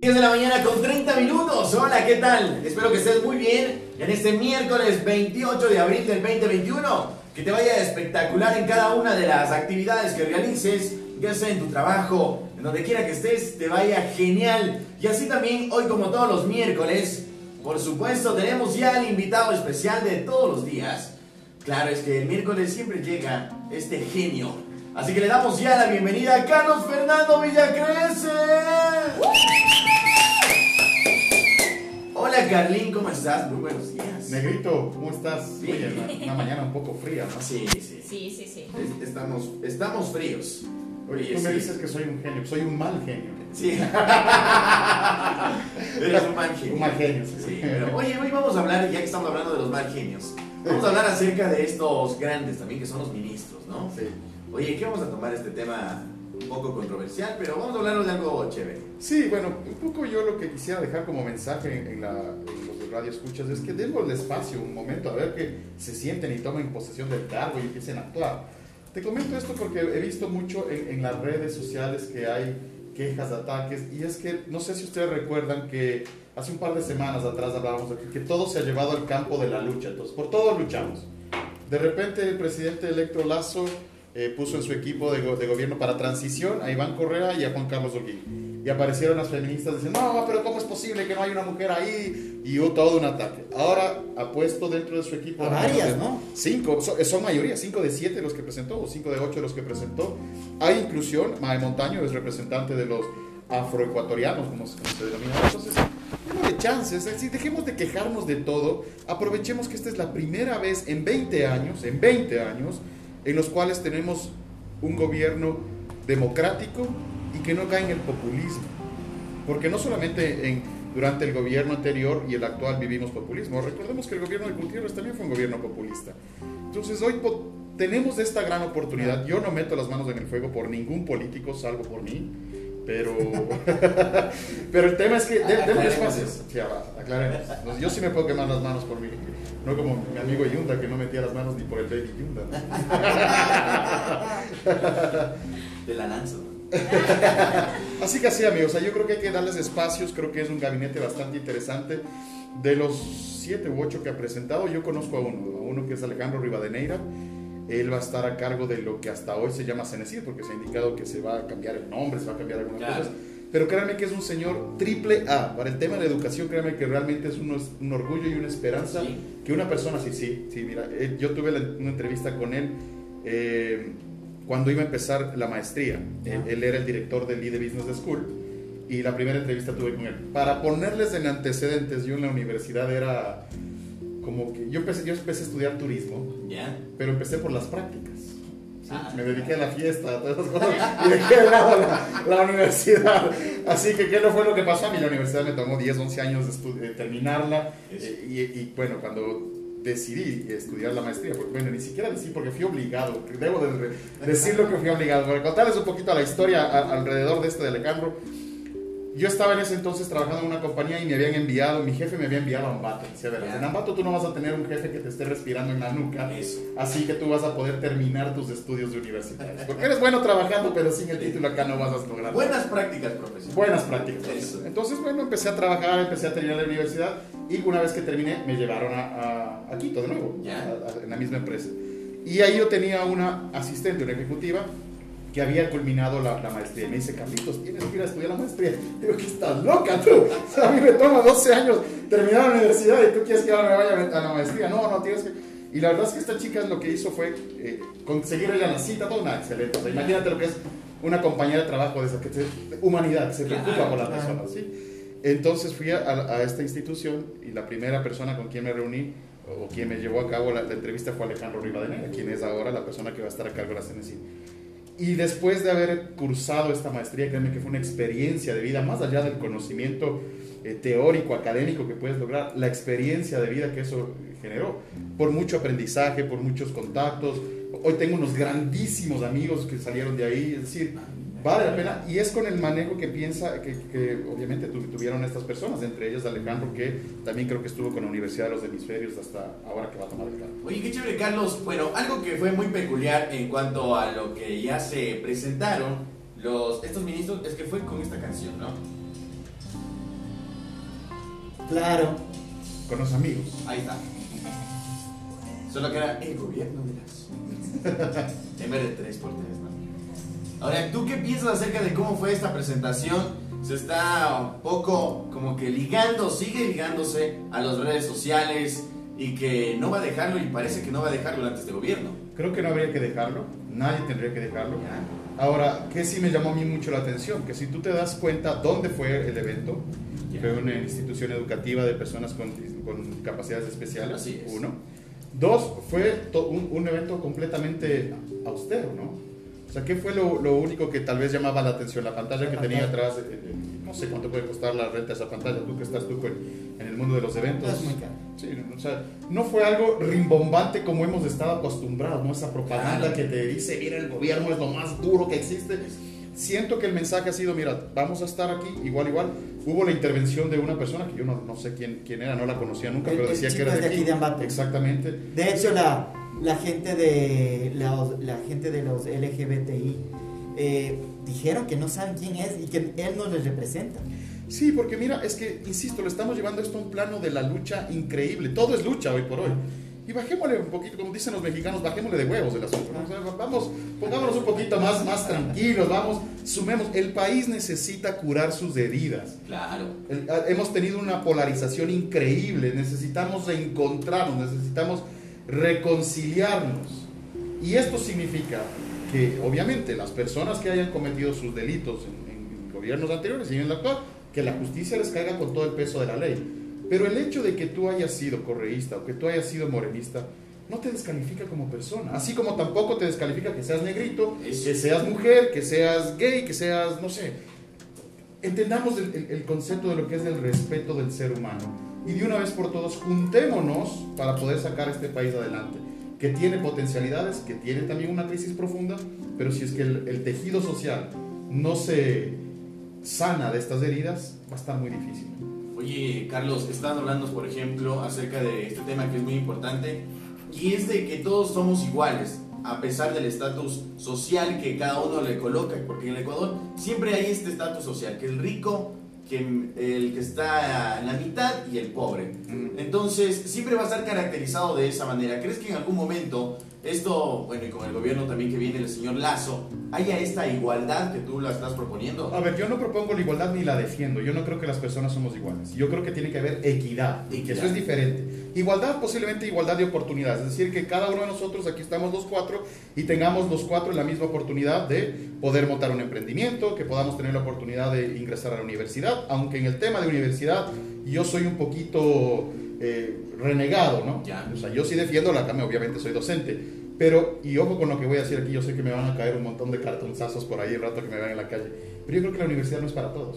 10 de la mañana con 30 minutos. Hola, ¿qué tal? Espero que estés muy bien en este miércoles 28 de abril del 2021. Que te vaya espectacular en cada una de las actividades que realices, ya sea en tu trabajo, en donde quiera que estés, te vaya genial. Y así también hoy, como todos los miércoles, por supuesto, tenemos ya el invitado especial de todos los días. Claro, es que el miércoles siempre llega este genio. Así que le damos ya la bienvenida a Carlos Fernando Villacrece. Hola, Carlín, ¿cómo estás? Muy buenos días. Negrito, ¿cómo estás? Bien. Oye, una mañana un poco fría, ¿no? Sí. Estamos fríos. Oye, tú me dices que soy un genio, soy un mal genio. Sí. Eres un mal genio. Un mal genio, sí. Sí, pero oye, hoy vamos a hablar, ya que estamos hablando de los mal genios, vamos a hablar acerca de estos grandes también, que son los ministros, ¿no? Sí. Oye, ¿qué vamos a tomar este tema un poco controversial? Pero vamos a hablar de algo chévere. Sí, bueno, un poco yo lo que quisiera dejar como mensaje en los de radio escuchas es que denle el espacio un momento a ver que se sienten y tomen posesión del cargo y empiecen a actuar. Te comento esto porque he visto mucho en las redes sociales que hay quejas, ataques, y es que no sé si ustedes recuerdan que hace un par de semanas atrás hablábamos de que todo se ha llevado al campo de la lucha, entonces por todo luchamos. De repente el presidente electo Lasso puso en su equipo de gobierno para transición a Iván Correa y a Juan Carlos Holguín. Y aparecieron las feministas diciendo, no, pero ¿cómo es posible que no haya una mujer ahí? Y hubo todo un ataque. Ahora ha puesto dentro de su equipo... A varias, ¿no? 5, son mayoría, 5 de 7 los que presentó, o 5 de 8 los que presentó. Hay inclusión, Mae Montaño es representante de los afroecuatorianos, como se denomina. Entonces, démosle chances, es decir, dejemos de quejarnos de todo, aprovechemos que esta es la primera vez en 20 años, en los cuales tenemos un gobierno democrático y que no cae en el populismo. Porque no solamente durante el gobierno anterior y el actual vivimos populismo. Recordemos que el gobierno de Gutiérrez también fue un gobierno populista. Entonces hoy tenemos esta gran oportunidad. Yo no meto las manos en el fuego por ningún político, salvo por mí. Pero el tema es que démosle espacio. Sí, aclaremos. Yo sí me puedo quemar las manos por mí. No como mi amigo Yunda, que no metía las manos ni por el baby Yunda, ¿no? De la lanza. Así que así, amigos, yo creo que hay que darles espacios. Creo que es un gabinete bastante interesante. De los 7 u 8 que ha presentado, yo conozco a uno que es Alejandro Rivadeneira. Él va a estar a cargo de lo que hasta hoy se llama Cenecit, porque se ha indicado que se va a cambiar el nombre, se va a cambiar algunas cosas. Pero créanme que es un señor triple A. Para el tema de la educación, créanme que realmente es un orgullo y una esperanza que una persona sí, mira, yo tuve una entrevista con él cuando iba a empezar la maestría. Él era el director del Lead Business School y la primera entrevista tuve con él. Para ponerles en antecedentes, yo en la universidad era como que yo empecé a estudiar turismo, pero empecé por las prácticas. ¿Sí? Me dediqué a la fiesta, a todas esas cosas, y dejé de lado la universidad. Así que, ¿qué no fue lo que pasó? A mí la universidad me tomó 10, 11 años de terminarla. Y bueno, cuando decidí estudiar la maestría, porque bueno, ni siquiera decir porque fui obligado, debo decir lo que fui obligado. Para contarles un poquito la historia alrededor de de Alejandro. Yo estaba en ese entonces trabajando en una compañía y mi jefe me había enviado a Ambato. Decía, en Ambato tú no vas a tener un jefe que te esté respirando en la nuca, así que tú vas a poder terminar tus estudios de universitarios. Porque eres bueno trabajando, pero sin el título acá no vas a lograr. Buenas prácticas, profesor. Buenas prácticas. Eso. Entonces, bueno, empecé a trabajar, empecé a terminar la universidad y una vez que terminé me llevaron a Quito de nuevo, en la misma empresa. Y ahí yo tenía una asistente, una ejecutiva, que había culminado la maestría. Y me dice, Carlitos, tienes que ir a estudiar la maestría. Digo, ¿qué estás loca tú? O sea, a mí me toma 12 años terminar la universidad y tú quieres que ahora me vaya a la maestría. No, tienes que... Y la verdad es que esta chica lo que hizo fue conseguir ella la cita, toda una excelente. O sea, imagínate lo que es una compañera de trabajo de esa, humanidad, que se preocupa por las personas, ¿sí? Entonces fui a esta institución y la primera persona con quien me reuní o quien me llevó a cabo la entrevista fue Alejandro Rivadeneira, quien es ahora la persona que va a estar a cargo de la Cenecit. Y después de haber cursado esta maestría, créanme que fue una experiencia de vida, más allá del conocimiento teórico, académico que puedes lograr, la experiencia de vida que eso generó, por mucho aprendizaje, por muchos contactos. Hoy tengo unos grandísimos amigos que salieron de ahí, es decir, vale la pena, y es con el manejo que piensa, que obviamente tuvieron estas personas, entre ellas Alejandro, que también creo que estuvo con la Universidad de los Hemisferios hasta ahora que va a tomar el cargo. Oye, qué chévere, Carlos. Bueno, algo que fue muy peculiar en cuanto a lo que ya se presentaron estos ministros, es que fue con esta canción, ¿no? Claro. con los amigos. Ahí está. Solo que era el gobierno de las... en vez de 3 por 3, ¿no? Ahora, ¿tú qué piensas acerca de cómo fue esta presentación? Se está un poco como que ligando, sigue ligándose a las redes sociales y que no va a dejarlo, y parece que no va a dejarlo durante este gobierno. Creo que no habría que dejarlo, nadie tendría que dejarlo. Ahora, que sí me llamó a mí mucho la atención, que si tú te das cuenta dónde fue el evento, fue una institución educativa de personas con capacidades especiales, Así es. 1. 2, fue un evento completamente austero, ¿no? O sea, ¿qué fue lo único que tal vez llamaba la atención? La pantalla que tenía atrás, no sé cuánto puede costar la renta de esa pantalla, tú que estás en el mundo de los eventos. Es muy caro. Sí, o sea, no fue algo rimbombante como hemos estado acostumbrados, ¿no? Esa propaganda Claro. que te dice, mira, el gobierno es lo más duro que existe. Siento que el mensaje ha sido, mira, vamos a estar aquí, igual. Hubo la intervención de una persona que yo no sé quién era, no la conocía nunca, pero decía que era de aquí de Ambato. Exactamente. De hecho, la gente de los LGBTI dijeron que no saben quién es y que él no les representa. Sí, porque mira, es que, insisto, le estamos llevando esto a un plano de la lucha increíble. Todo es lucha hoy por hoy. Y bajémosle un poquito, como dicen los mexicanos, bajémosle de huevos el asunto, ¿no? O sea, vamos, pongámonos un poquito más tranquilos, sumemos. El país necesita curar sus heridas. Claro. Hemos tenido una polarización increíble, necesitamos reencontrarnos, necesitamos reconciliarnos. Y esto significa que, obviamente, las personas que hayan cometido sus delitos en gobiernos anteriores y en el actual, que la justicia les caiga con todo el peso de la ley. Pero el hecho de que tú hayas sido correísta o que tú hayas sido morenista no te descalifica como persona. Así como tampoco te descalifica que seas negrito, que seas mujer, que seas gay, que seas, no sé. Entendamos el concepto de lo que es el respeto del ser humano. Y de una vez por todos, juntémonos para poder sacar este país adelante. Que tiene potencialidades, que tiene también una crisis profunda, pero si es que el tejido social no se sana de estas heridas, va a estar muy difícil. Oye, Carlos, están hablando, por ejemplo, acerca de este tema que es muy importante, y es de que todos somos iguales, a pesar del estatus social que cada uno le coloca, porque en el Ecuador siempre hay este estatus social, que el rico, que el que está en la mitad y el pobre. Entonces, siempre va a estar caracterizado de esa manera. ¿Crees que en algún momento esto, bueno, y con el gobierno también que viene el señor Lazo, haya esta igualdad que tú la estás proponiendo? A ver, yo no propongo la igualdad ni la defiendo. Yo no creo que las personas somos iguales. Yo creo que tiene que haber equidad, que eso es diferente. Igualdad, posiblemente igualdad de oportunidades. Es decir, que cada uno de nosotros, aquí estamos los 4, y tengamos los 4 la misma oportunidad de poder montar un emprendimiento, que podamos tener la oportunidad de ingresar a la universidad, aunque en el tema de universidad yo soy un poquito renegado, ¿no? Ya. O sea, yo sí defiendo la cama, obviamente soy docente, pero, y ojo con lo que voy a decir aquí, yo sé que me van a caer un montón de cartonzazos por ahí el rato que me vean en la calle, pero yo creo que la universidad no es para todos.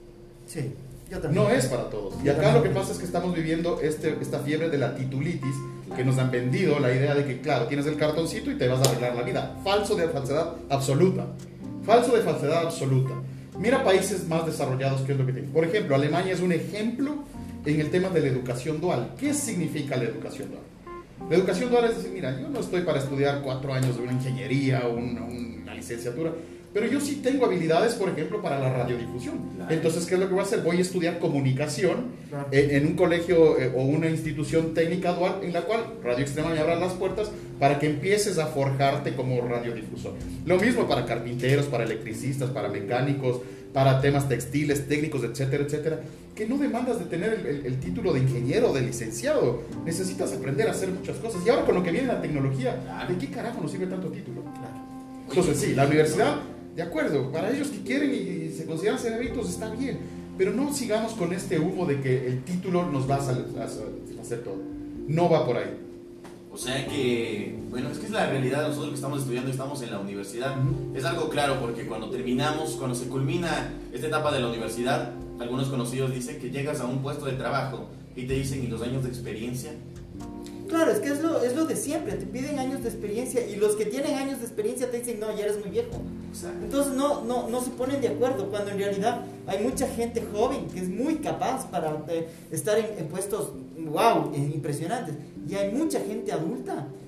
Sí, yo también. No es para todos. Y acá lo que pasa es que estamos viviendo esta fiebre de la titulitis, que nos han vendido la idea de que, claro, tienes el cartoncito y te vas a arreglar la vida. Falso de falsedad absoluta. Falso de falsedad absoluta. Mira países más desarrollados, ¿qué es lo que tienen? Por ejemplo, Alemania es un ejemplo en el tema de la educación dual. ¿Qué significa la educación dual? La educación dual es decir, mira, yo no estoy para estudiar 4 años de una ingeniería o una licenciatura, pero yo sí tengo habilidades, por ejemplo, para la radiodifusión. Claro. Entonces, ¿qué es lo que voy a hacer? Voy a estudiar comunicación en un colegio o una institución técnica dual en la cual Radio Extrema me abra las puertas para que empieces a forjarte como radiodifusor. Lo mismo para carpinteros, para electricistas, para mecánicos, para temas textiles, técnicos, etcétera, etcétera, que no demandas de tener el título de ingeniero o de licenciado. Necesitas aprender a hacer muchas cosas. Y ahora con lo que viene la tecnología, ¿de qué carajo nos sirve tanto título? Entonces sí, la universidad, de acuerdo, para ellos que quieren y se consideran cerebritos está bien, pero no sigamos con este humo de que el título nos va a hacer todo. No va por ahí. O sea que, bueno, es que es la realidad. Nosotros que estamos estudiando, estamos en la universidad. Es algo claro porque cuando terminamos, cuando se culmina esta etapa de la universidad, algunos conocidos dicen que llegas a un puesto de trabajo y te dicen, ¿y los años de experiencia? Claro, es que es lo de siempre, te piden años de experiencia y los que tienen años de experiencia te dicen, no, ya eres muy viejo. Exacto. Entonces no se ponen de acuerdo, cuando en realidad hay mucha gente joven que es muy capaz para estar en puestos, wow, impresionantes. Y hay mucha gente adulta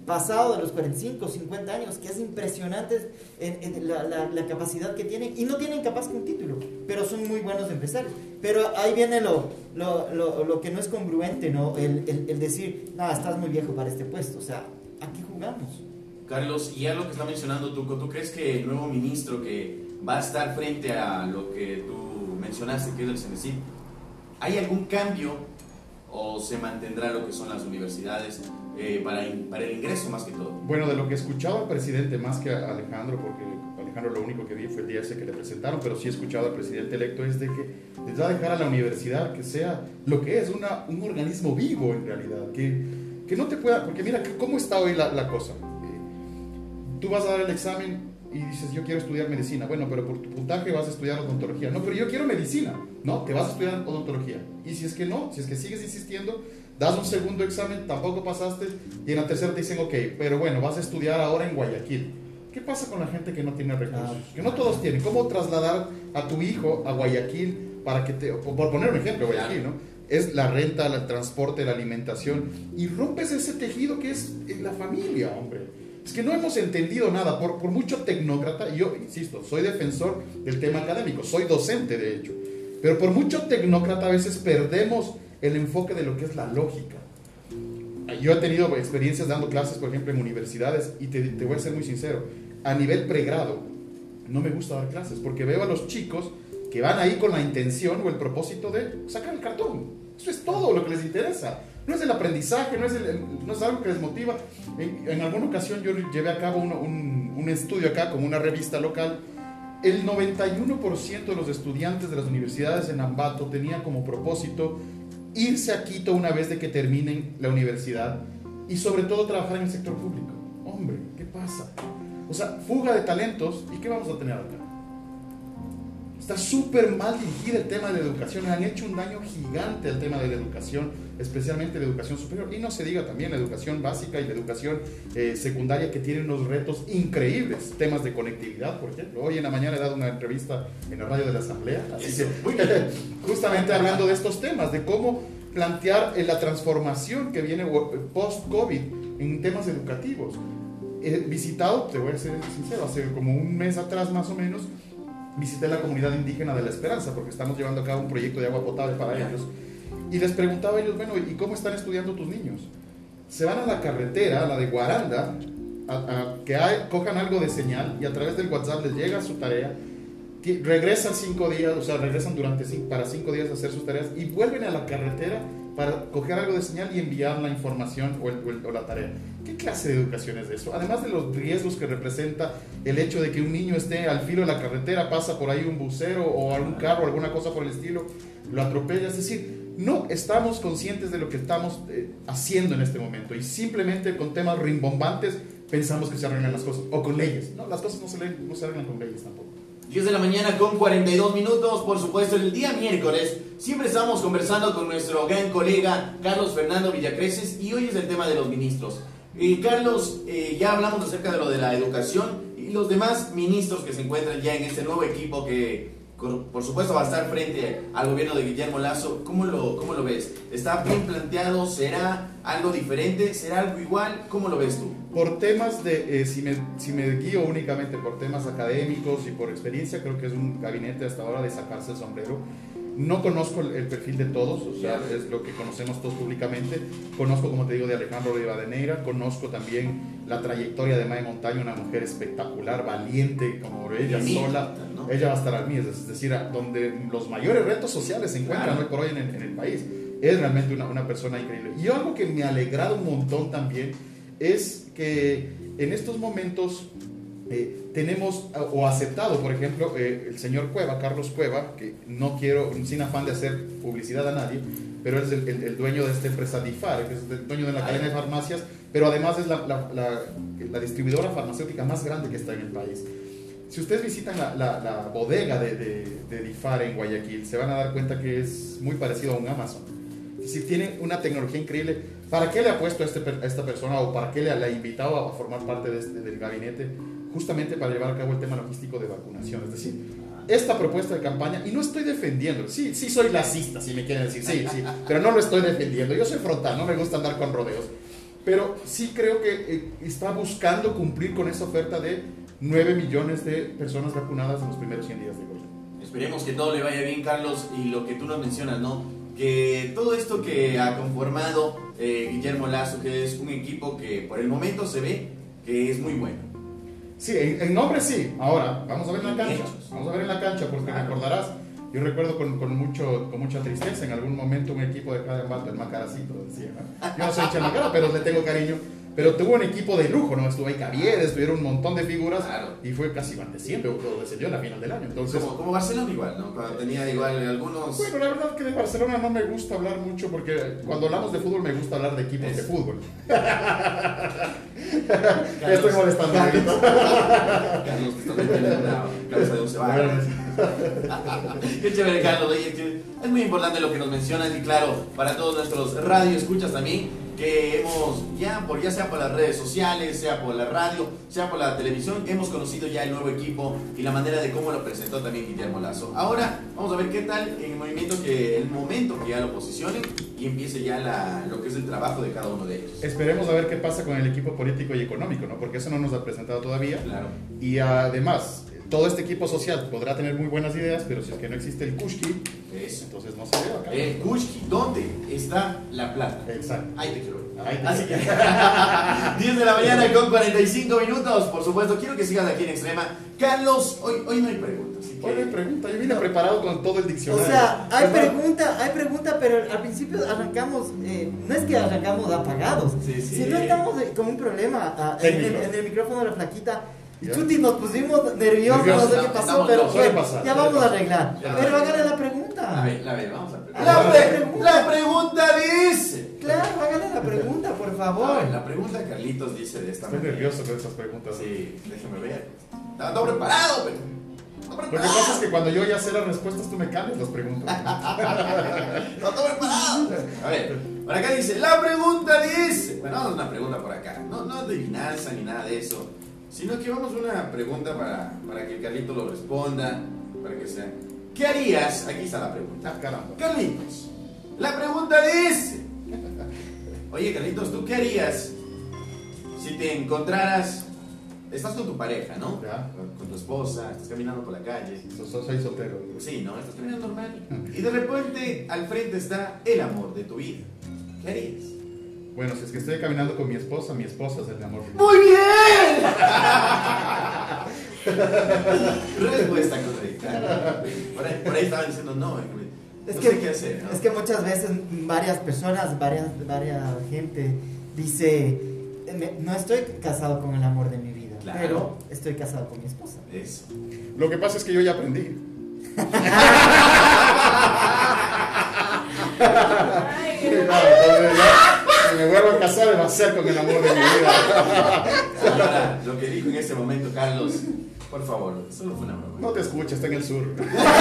pasado de los 45, 50 años, que es impresionante la capacidad que tienen, y no tienen capaz que un título, pero son muy buenos empresarios. Pero ahí viene lo que no es congruente, ¿no? El decir, no, estás muy viejo para este puesto, o sea, ¿a qué jugamos? Carlos, y algo que está mencionando Tuco, ¿tú crees que el nuevo ministro que va a estar frente a lo que tú mencionaste, que es el CENESID, hay algún cambio o se mantendrá lo que son las universidades para el ingreso más que todo? Bueno, de lo que he escuchado al presidente más que a Alejandro, porque Alejandro lo único que vi fue el día ese que le presentaron, pero sí he escuchado al presidente electo, es de que les va a dejar a la universidad que sea lo que es, un organismo vivo en realidad, que no te pueda, porque mira cómo está hoy la cosa. Tú vas a dar el examen y dices, yo quiero estudiar medicina. Bueno, pero por tu puntaje vas a estudiar odontología. No, pero yo quiero medicina. No, te vas a estudiar odontología. Y si es que no, si es que sigues insistiendo, das un segundo examen, tampoco pasaste, y en la tercera te dicen, ok, pero bueno, vas a estudiar ahora en Guayaquil. ¿Qué pasa con la gente que no tiene recursos? Que no todos tienen. ¿Cómo trasladar a tu hijo a Guayaquil para que te... Por poner un ejemplo, Guayaquil, ¿no? Es la renta, el transporte, la alimentación, y rompes ese tejido que es la familia, hombre. Es que no hemos entendido nada, por mucho tecnócrata, y yo insisto, soy defensor del tema académico, soy docente de hecho, pero por mucho tecnócrata a veces perdemos el enfoque de lo que es la lógica. Yo he tenido experiencias dando clases, por ejemplo, en universidades, y te voy a ser muy sincero, a nivel pregrado, no me gusta dar clases, porque veo a los chicos que van ahí con la intención o el propósito de sacar el cartón. Eso es todo lo que les interesa. No es el aprendizaje, no es algo que les motiva. En alguna ocasión yo llevé a cabo un estudio acá con una revista local. El 91% de los estudiantes de las universidades en Ambato tenía como propósito irse a Quito una vez de que terminen la universidad y sobre todo trabajar en el sector público. Hombre, ¿qué pasa? O sea, fuga de talentos. ¿Y qué vamos a tener acá? Está súper mal dirigido el tema de la educación. Han hecho un daño gigante al tema de la educación, especialmente la educación superior. Y no se diga también la educación básica y la educación secundaria, que tienen unos retos increíbles. Temas de conectividad, por ejemplo. Hoy en la mañana he dado una entrevista en la radio de la Asamblea. Así que, justamente hablando de estos temas, de cómo plantear la transformación que viene post-COVID en temas educativos. He visitado, te voy a ser sincero, hace como un mes atrás más o menos, visité la comunidad indígena de La Esperanza, porque estamos llevando a cabo un proyecto de agua potable para ellos, y les preguntaba a ellos, bueno, ¿y cómo están estudiando tus niños? Se van a la carretera, la de Guaranda, cojan algo de señal, y a través del WhatsApp les llega su tarea, regresan 5 días, o sea, regresan para 5 días a hacer sus tareas, y vuelven a la carretera para coger algo de señal y enviar la información o la tarea. ¿Qué clase de educación es eso? Además de los riesgos que representa el hecho de que un niño esté al filo de la carretera, pasa por ahí un bucero o algún carro, alguna cosa por el estilo, lo atropella. Es decir, no estamos conscientes de lo que estamos haciendo en este momento, y simplemente con temas rimbombantes pensamos que se arreglan las cosas, o con leyes. No, las cosas no se arreglan con leyes tampoco. 10 de la mañana con 42 minutos, por supuesto, el día miércoles. Siempre estamos conversando con nuestro gran colega Carlos Fernando Villacreces, y hoy es el tema de los ministros. Carlos, ya hablamos acerca de lo de la educación y los demás ministros que se encuentran ya en este nuevo equipo que, por supuesto, va a estar frente al gobierno de Guillermo Lasso. ¿Cómo lo ves? ¿Está bien planteado? ¿Será algo diferente? ¿Será algo igual? ¿Cómo lo ves tú? Por temas de, si me guío únicamente por temas académicos y por experiencia, creo que es un gabinete hasta ahora de sacarse el sombrero. No conozco el perfil de todos, o sea, es lo que conocemos todos públicamente. Conozco, como te digo, de Alejandro Rivadeneira, conozco también la trayectoria de Mae Montaño, una mujer espectacular, valiente, como ella sola. ¿No? Ella va a estar al mío, es decir, donde los mayores retos sociales se encuentran hoy por hoy en el país. Es realmente una persona increíble. Y algo que me ha alegrado un montón también es que en estos momentos tenemos o aceptado, por ejemplo, el señor Cueva, Carlos Cueva, que no quiero, sin afán de hacer publicidad a nadie, pero es el dueño de esta empresa DIFAR, que es el dueño de la cadena de farmacias, pero además es la distribuidora farmacéutica más grande que está en el país. Si ustedes visitan la bodega de DIFAR en Guayaquil, se van a dar cuenta que es muy parecido a un Amazon. Si tiene una tecnología increíble, ¿para qué le ha puesto a esta persona, o para qué le ha invitado a formar parte del gabinete? Justamente para llevar a cabo el tema logístico de vacunación. Es decir, esta propuesta de campaña, y no estoy defendiendo, sí soy lacista, si me quieren decir, sí, pero no lo estoy defendiendo. Yo soy frontal, no me gusta andar con rodeos. pero sí creo que está buscando cumplir con esa oferta de 9 millones de personas vacunadas en los primeros 100 días de gobierno. Esperemos que todo le vaya bien, Carlos, y lo que tú nos mencionas, ¿no? Que todo esto que ha conformado Guillermo Lasso, que es un equipo que por el momento se ve que es muy bueno. Sí, en nombre sí. Ahora, vamos a ver en la cancha. Hechos. Vamos a ver en la cancha, porque Claro. recordarás, yo recuerdo con mucha tristeza en algún momento un equipo de cada embato, el Macaracito, decía, ¿no? Yo no soy hincha de Macara, pero le tengo cariño. Pero tuvo un equipo de lujo, ¿no? Estuvo ahí Caviedes, estuvieron un montón de figuras, Claro. y fue casi descendió en la final del año. Entonces, Como Barcelona igual, ¿no? Cuando tenía igual algunos... bueno, la verdad que de Barcelona no me gusta hablar mucho, porque cuando hablamos de fútbol me gusta hablar de equipos de fútbol. Estoy molestando ahorita. Carlos, te estás metiendo en una cabeza de un cebado. Qué chévere, Carlos. Oye, que es muy importante lo que nos mencionas y claro, para todos nuestros radioescuchas también, que hemos ya sea por las redes sociales, sea por la radio, sea por la televisión, hemos conocido ya el nuevo equipo y la manera de cómo lo presentó también Guillermo Lasso. Ahora vamos a ver qué tal en el momento que ya lo posicionen y empiece ya lo que es el trabajo de cada uno de ellos. Esperemos a ver qué pasa con el equipo político y económico, ¿no? Porque eso no nos ha presentado todavía. Claro. Y además, todo este equipo social podrá tener muy buenas ideas, pero si es que no existe el Kushki, Eso. entonces no se ve acá. Kushki, ¿dónde está la plata? Exacto. Ahí te quiero ver. Ahí te Así que quiero 10 de la mañana con 45 minutos. Por supuesto, quiero que sigas aquí en Extrema. Carlos, hoy no hay preguntas. Así que... Hoy no hay pregunta, yo vine preparado con todo el O diccionario. sea, hay pregunta, pero al principio arrancamos, no es que arrancamos apagados, Sí, sí. sino estamos con un problema en el micrófono de la flaquita. Y Ya. Chuti, nos pusimos nerviosos, no sé qué pasó, Estamos pero locos, suele bueno, pasar, ya suele vamos a pasar. arreglar. Ya. Pero hágale la pregunta. A ver, vamos a ver. La La pregunta dice. Claro, hágale la pregunta, por A favor. ver, la pregunta, Carlitos, dice de esta Estoy manera. nervioso con estas preguntas. Sí, déjame ver. Estaba todo preparado, pero. Lo que pasa es que cuando yo ya sé las respuestas, tú me cambias las preguntas. No estoy preparado. A ver, por acá dice, la pregunta dice. Bueno, vamos a una pregunta por acá. No adivinanza ni nada de eso. Sino que vamos a una pregunta para que Carlitos lo responda. Para que sea. ¿Qué harías? Aquí está la pregunta. Ah, caramba. Carlitos, la pregunta dice. Oye, Carlitos, ¿tú qué harías si te encontraras? Estás con tu pareja, ¿no? Ya. Con tu esposa, estás caminando por la calle. Soy soltero. Sí, ¿no? Estás caminando normal. Y de repente al frente está el amor de tu vida. ¿Qué harías? Bueno, si es que estoy caminando con mi esposa es el amor. ¡Muy bien! Respuesta correcta. Por ahí estaban diciendo no. No sé qué hacer, ¿no? Es que muchas veces varias personas, varias gente dice, no estoy casado con el amor de mi vida, Claro. pero estoy casado con mi esposa. Eso. Lo que pasa es que yo ya aprendí. Si me vuelvo a casar, va a ser con el amor de mi vida. Ahora, lo que dijo en ese momento Carlos, por favor, solo fue una broma. No te escuches, está en el sur.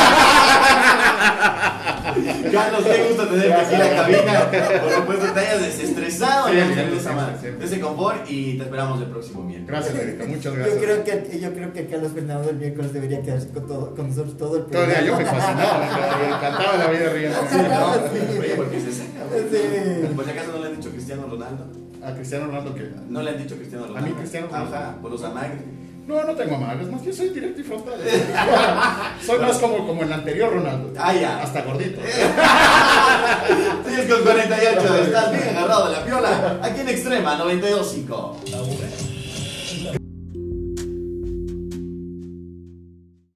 Carlos, qué gusto tenerte aquí en la cabina. Por supuesto, te hayas desestresado Sí, ya sí, de sí, sí. de ese confort y te esperamos el próximo miércoles. Gracias, Erika, muchas Yo gracias. creo que Carlos Fernando el miércoles debería quedarse con nosotros todo el Todo el día yo me programa. fascinaba, me encantaba la vida riendo. Sí, ¿no? Oye, porque se saca. Sí. Por si acaso no le han dicho Cristiano Ronaldo. A Cristiano Ronaldo, ¿qué? No le han dicho Cristiano Ronaldo. mí Cristiano Ronaldo. Ajá, por los amagres. No, no tengo amagas, más bien soy directo y frontal. Soy más como el anterior Ronaldo. Ah, ya. Hasta gordito. Sigues con 48, estás bien agarrado de la piola. Aquí en Extrema 92.5.